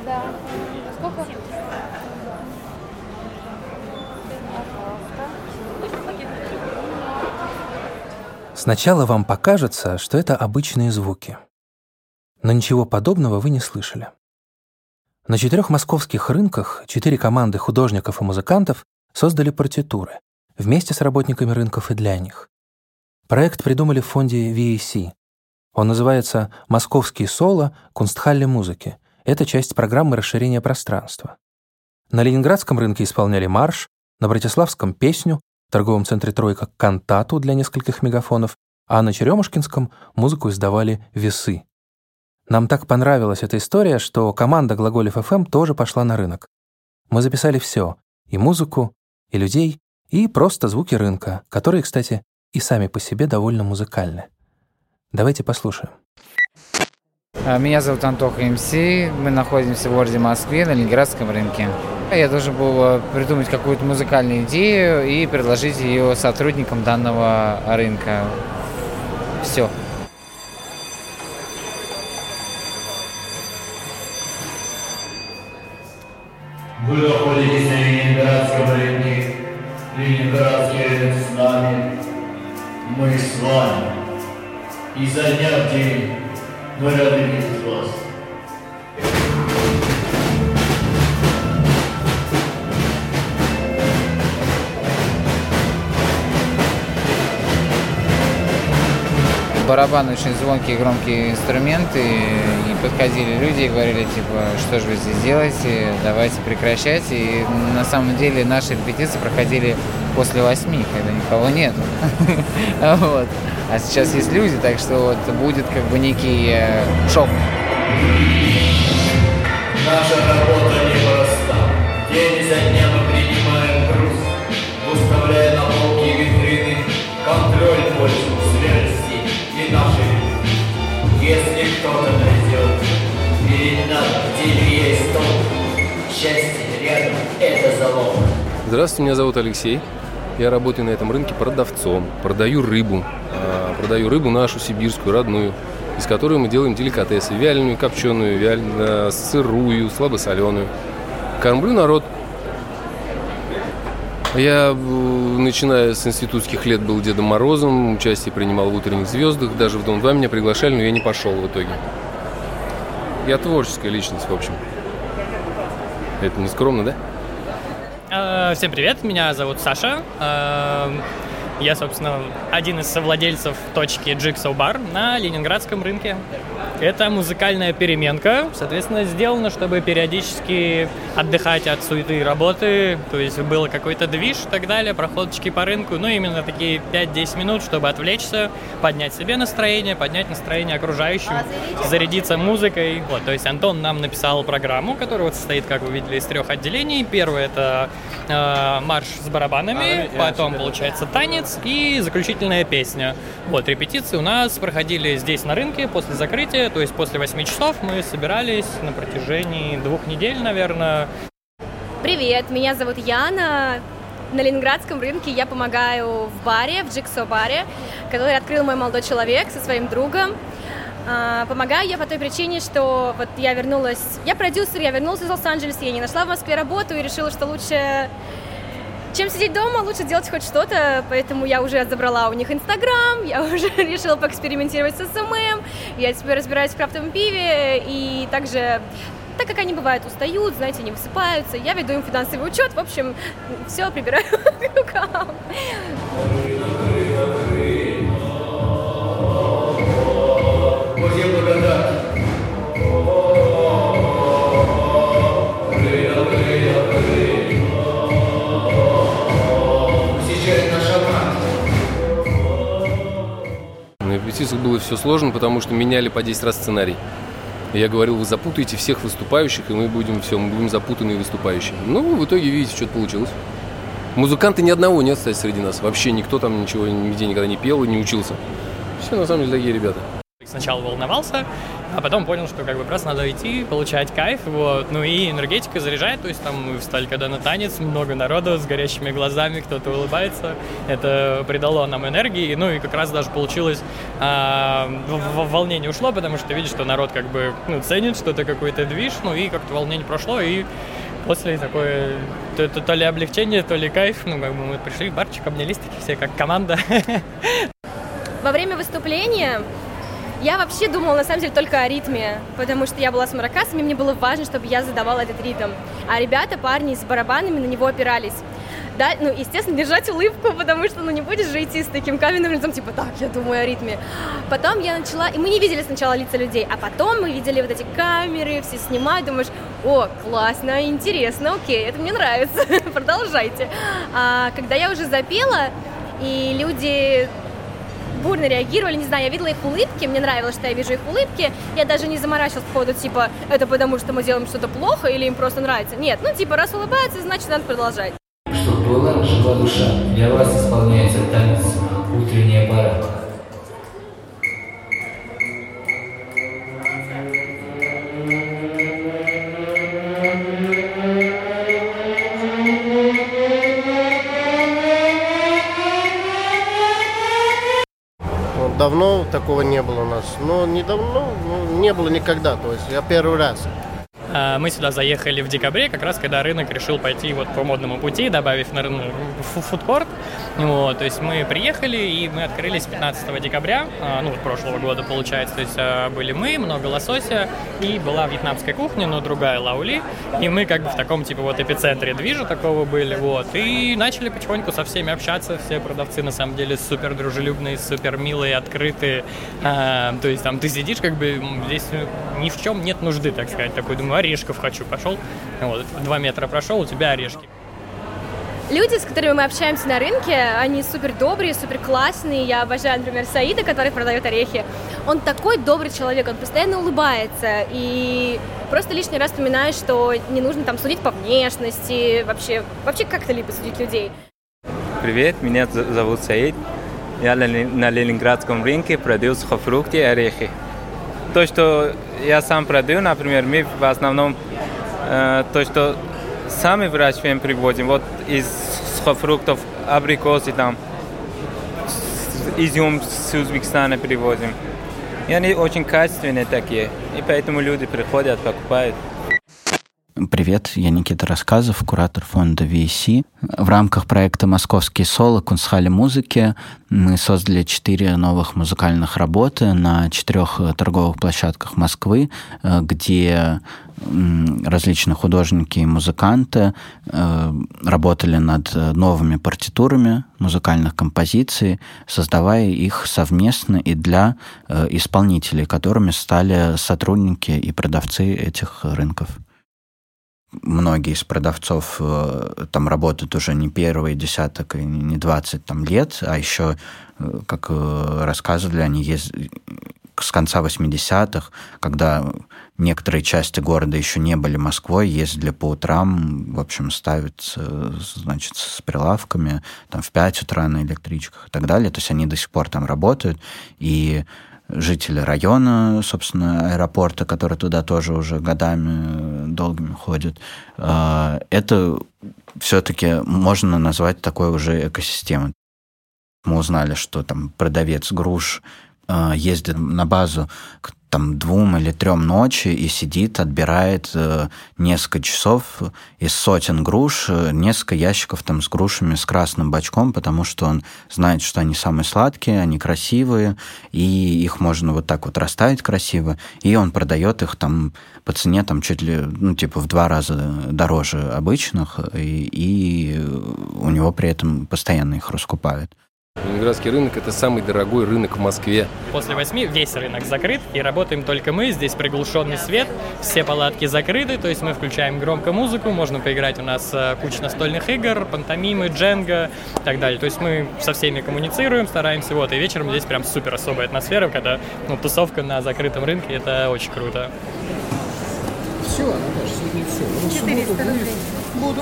Да. Сколько? Сначала вам покажется, что это обычные звуки. Но ничего подобного вы не слышали. На 4 московских рынках 4 команды художников и музыкантов создали партитуры вместе с работниками рынков и для них. Проект придумали в фонде VAC. Он называется «Московские соло. Кунстхалле музыки». Это часть программы расширения пространства. На Ленинградском рынке исполняли марш, на Братиславском — песню, в торговом центре «Тройка» — кантату для нескольких мегафонов, а на Черемушкинском музыку издавали «Весы». Нам так понравилась эта история, что команда Глаголев ФМ тоже пошла на рынок. Мы записали все — и музыку, и людей, и просто звуки рынка, которые, кстати, и сами по себе довольно музыкальны. Давайте послушаем. Меня зовут Антоха МС, мы находимся в городе Москве на Ленинградском рынке. Я должен был придумать какую-то музыкальную идею и предложить ее сотрудникам данного рынка. Все. Вы находитесь на Ленинградском рынке. Ленинградский рынок с нами. Мы с вами. И за дня в день мы рады видеть вас. Барабаны очень звонкие, громкие инструменты, и подходили люди и говорили, типа, что же вы здесь делаете, давайте прекращать. И на самом деле наши репетиции проходили после 8, когда никого нет. Вот. А сейчас есть люди, так что вот будет как бы некий шок. Наша работа непроста. День за днем мы принимаем груз, выставляя на полки витрины, контроль почвы, связи и наши. Если кто-то найдет перед нами, где есть стол, счастье рядом — это залог. Здравствуйте, меня зовут Алексей. Я работаю на этом рынке продавцом. Продаю рыбу. Продаю рыбу нашу, сибирскую, родную, из которой мы делаем деликатесы. Вяленую, копченую, сырую, слабосоленую. Кормлю народ. Я, начиная с институтских лет, был Дедом Морозом, участие принимал в «Утренних звездах», даже в Дом-2 меня приглашали, но я не пошел в итоге. Я творческая личность, в общем. Это не скромно, да? Всем привет, меня зовут Саша. Я, собственно, один из совладельцев точки Jigsaw Bar на Ленинградском рынке. Это музыкальная переменка, соответственно, сделано, чтобы периодически отдыхать от суеты и работы, то есть было какой-то движ и так далее, проходочки по рынку, ну, именно такие 5-10 минут, чтобы отвлечься, поднять себе настроение, поднять настроение окружающим, зарядиться музыкой. Вот, то есть Антон нам написал программу, которая вот состоит, как вы видели, из 3 отделений. Первое — это марш с барабанами, потом, получается, танец и заключительная песня. Вот, репетиции у нас проходили здесь на рынке после закрытия, то есть после 8 часов мы собирались на протяжении 2 недель, наверное. Привет, меня зовут Яна. На Ленинградском рынке я помогаю в баре, в Jigsaw баре, который открыл мой молодой человек со своим другом. Помогаю я по той причине, что вот я продюсер, я вернулась из Лос-Анджелеса, я не нашла в Москве работу и решила, что лучше, чем сидеть дома, лучше делать хоть что-то, поэтому я уже забрала у них Инстаграм, я уже решила поэкспериментировать с СММ, я теперь разбираюсь в крафтовом пиве, и также, так как они бывают устают, знаете, не высыпаются, я веду им финансовый учет, в общем, все прибираю к рукам. На репетициях было все сложно, потому что меняли по 10 раз сценарий. Я говорил, вы запутаете всех выступающих, и мы будем запутанные выступающие. Ну, в итоге, видите, что-то получилось. Музыканты ни одного нет, кстати, среди нас. Вообще никто там ничего нигде никогда не пел и не учился. Все, на самом деле, такие ребята. Сначала волновался, А потом понял, что как бы просто надо идти, получать кайф, вот. Ну и энергетика заряжает, то есть там мы встали когда на танец, много народу с горящими глазами, кто-то улыбается. Это придало нам энергии, ну и как раз даже получилось, волнение ушло, потому что ты видишь, что народ как бы ценит, что это какой-то движ, ну и как-то волнение прошло, и после такое то ли облегчение, то ли кайф, ну как бы мы пришли, барчик, обнялись такие все, как команда. Во время выступления я вообще думала, на самом деле, только о ритме, потому что я была с маракасами, мне было важно, чтобы я задавала этот ритм. А ребята, парни с барабанами на него опирались. Да, ну, естественно, держать улыбку, потому что, не будешь же идти с таким каменным лицом, типа, так, я думаю о ритме. Потом я начала, и мы не видели сначала лица людей, а потом мы видели вот эти камеры, все снимают, думаешь, о, классно, интересно, окей, это мне нравится, продолжайте. А когда я уже запела, и люди бурно реагировали, не знаю, я видела их улыбки, мне нравилось, что я вижу их улыбки, я даже не заморачивалась по поводу, типа, это потому что мы делаем что-то плохо или им просто нравится. Нет, раз улыбаются, значит, надо продолжать. Чтоб была жива душа, для вас исполняется танец «Утренняя пора». Давно такого не было у нас, но недавно, не было никогда, то есть я первый раз. Мы сюда заехали в декабре, как раз когда рынок решил пойти вот по модному пути, добавив на рынок фудкорт. Вот, то есть мы приехали, и мы открылись 15 декабря, прошлого года, получается. То есть были мы, много лосося, и была вьетнамская кухня, но другая лаули. И мы как бы в таком типа вот эпицентре движа такого были, вот. И начали потихоньку со всеми общаться. Все продавцы на самом деле супер дружелюбные, супер милые, открытые. То есть там ты сидишь, как бы здесь ни в чем нет нужды, так сказать. Такой, думаю, орешков хочу, пошел, 2 метра прошел, у тебя орешки. Люди, с которыми мы общаемся на рынке, они супер добрые, супер классные. Я обожаю, например, Саида, который продает орехи. Он такой добрый человек, он постоянно улыбается. И просто лишний раз вспоминаешь, что не нужно там судить по внешности, вообще как-то либо судить людей. Привет, меня зовут Саид. Я на Ленинградском рынке продаю сухофрукты и орехи. То, что я сам продаю, например, мы в основном то, что сами выращиваем, приводим. Вот из сухофруктов абрикосы, там, изюм с Узбекистана привозим. И они очень качественные такие, и поэтому люди приходят, покупают. Привет, я Никита Рассказов, куратор фонда VEC. В рамках проекта «Московские соло. Кунстхалле музыки» мы создали 4 новых музыкальных работы на 4 торговых площадках Москвы, где различные художники и музыканты работали над новыми партитурами музыкальных композиций, создавая их совместно и для исполнителей, которыми стали сотрудники и продавцы этих рынков. Многие из продавцов там работают уже не первый десяток и не 20 лет, а еще, как рассказывали, они с конца 80-х, когда некоторые части города еще не были Москвой, ездили по утрам, в общем, ставят, значит, с прилавками там, в 5 утра на электричках и так далее. То есть они до сих пор там работают, и жители района, собственно, аэропорта, который туда тоже уже годами долгими ходят, это все-таки можно назвать такой уже экосистемой. Мы узнали, что там продавец груш ездит на базу к 2 или 3 ночи и сидит, отбирает несколько часов из сотен груш, несколько ящиков с грушами с красным бачком, потому что он знает, что они самые сладкие, они красивые, и их можно вот так вот расставить красиво, и он продает их по цене чуть ли, в 2 раза дороже обычных, и у него при этом постоянно их раскупают. Ленинградский рынок – это самый дорогой рынок в Москве. После 8 весь рынок закрыт, и работаем только мы. Здесь приглушенный свет, все палатки закрыты, то есть мы включаем громко музыку, можно поиграть, у нас куча настольных игр, пантомимы, дженго и так далее. То есть мы со всеми коммуницируем, стараемся, и вечером здесь прям супер особая атмосфера, когда тусовка на закрытом рынке, это очень круто. Все, Наташа, сегодня все. 400 рублей. Буду.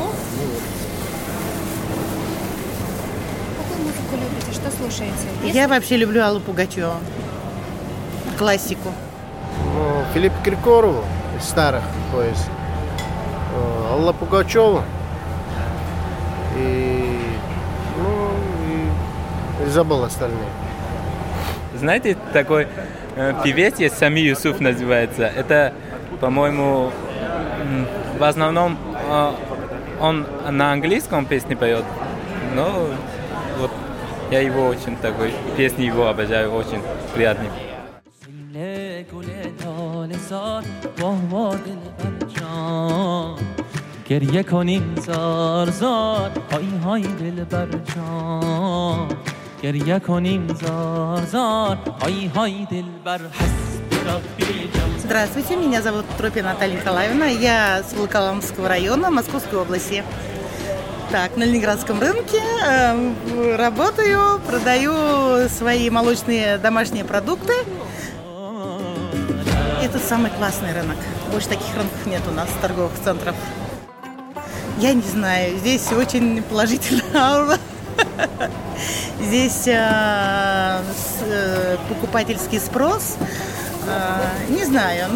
Любите, что слушаете? Я вообще люблю Аллу Пугачеву, классику. Филипп Киркорову из старых, то есть Алла Пугачева и забыл остальные. Знаете, такой певец есть, Сами Юсуф называется. Это, по-моему, в основном он на английском песни поет. Но вот я его очень такой, песни его обожаю, очень приятный. گریه کنیم زار زار های های دلبر جان گریه کنیم زار زار های های دلبر حسب ربی جان. Здравствуйте, меня зовут Тропина Наталья Николаевна, я с Волоколамского района Московской области. Так, на Ленинградском рынке работаю, продаю свои молочные домашние продукты. Это самый классный рынок. Больше таких рынков нет у нас, торговых центров. Я не знаю, здесь очень положительная аура. Здесь покупательский спрос. Не знаю,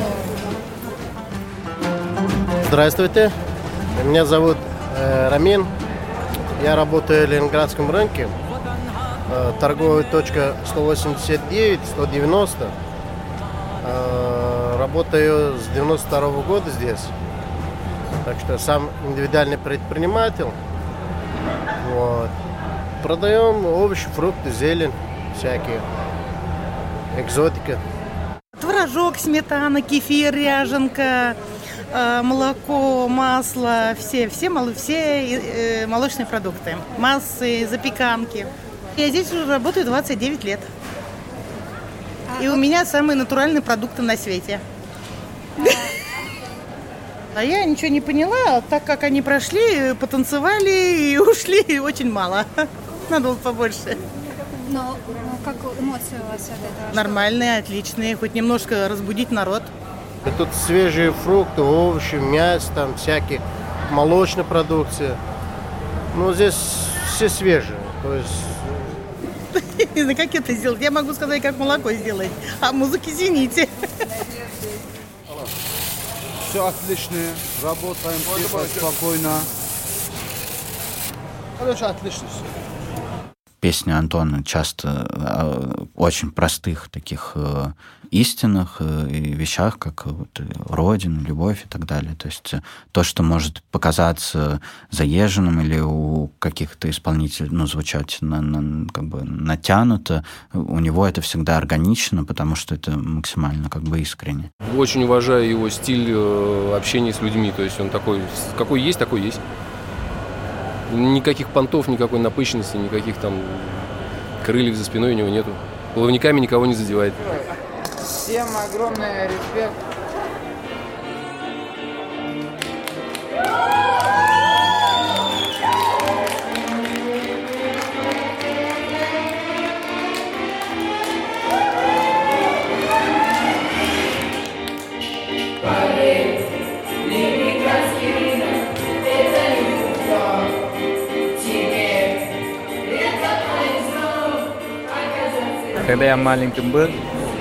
Здравствуйте, меня зовут Рамин. Я работаю в Ленинградском рынке. Торговая точка 189, 190. Работаю с 92 года здесь. Так что сам индивидуальный предприниматель. Вот. Продаем овощи, фрукты, зелень, всякие. Экзотика. Творожок, сметана, кефир, ряженка, молоко, масло, все молочные продукты. Массы, запеканки. Я здесь уже работаю 29 лет. И у меня самые натуральные продукты на свете. А я ничего не поняла, так как они прошли, потанцевали и ушли очень мало. Надо было побольше. Но как эмоции у вас от этого? Нормальные, отличные, хоть немножко разбудить народ. И тут свежие фрукты, овощи, мясо, там всякие, молочная продукция. Здесь все свежие. То есть... Не знаю, как это сделать. Я могу сказать, как молоко сделать. А музыки извините. Все отлично. Работаем тихо, спокойно. Короче, отлично все. Песни Антона часто очень простых таких истинных вещах, как вот Родина, любовь и так далее. То есть то, что может показаться заезженным или у каких-то исполнителей звучать как бы натянуто, у него это всегда органично, потому что это максимально как бы искренне. Очень уважаю его стиль общения с людьми. То есть он такой, какой есть, такой есть. Никаких понтов, никакой напыщенности, никаких там крыльев за спиной у него нету. Плавниками никого не задевает. Всем огромный респект. Когда я маленьким был,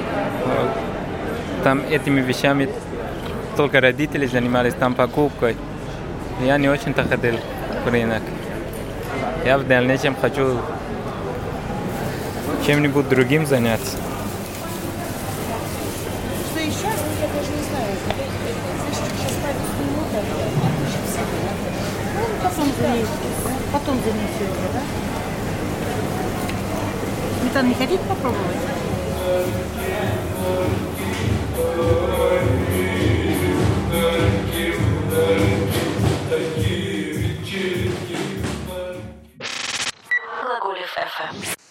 там этими вещами только родители занимались, там покупкой. Я не очень-то ходил в рынок. Я в дальнейшем хочу чем-нибудь другим заняться. Что еще? Я даже не знаю. Потом занесете, да? Сметану не хотите попробовать? Глаголев FM.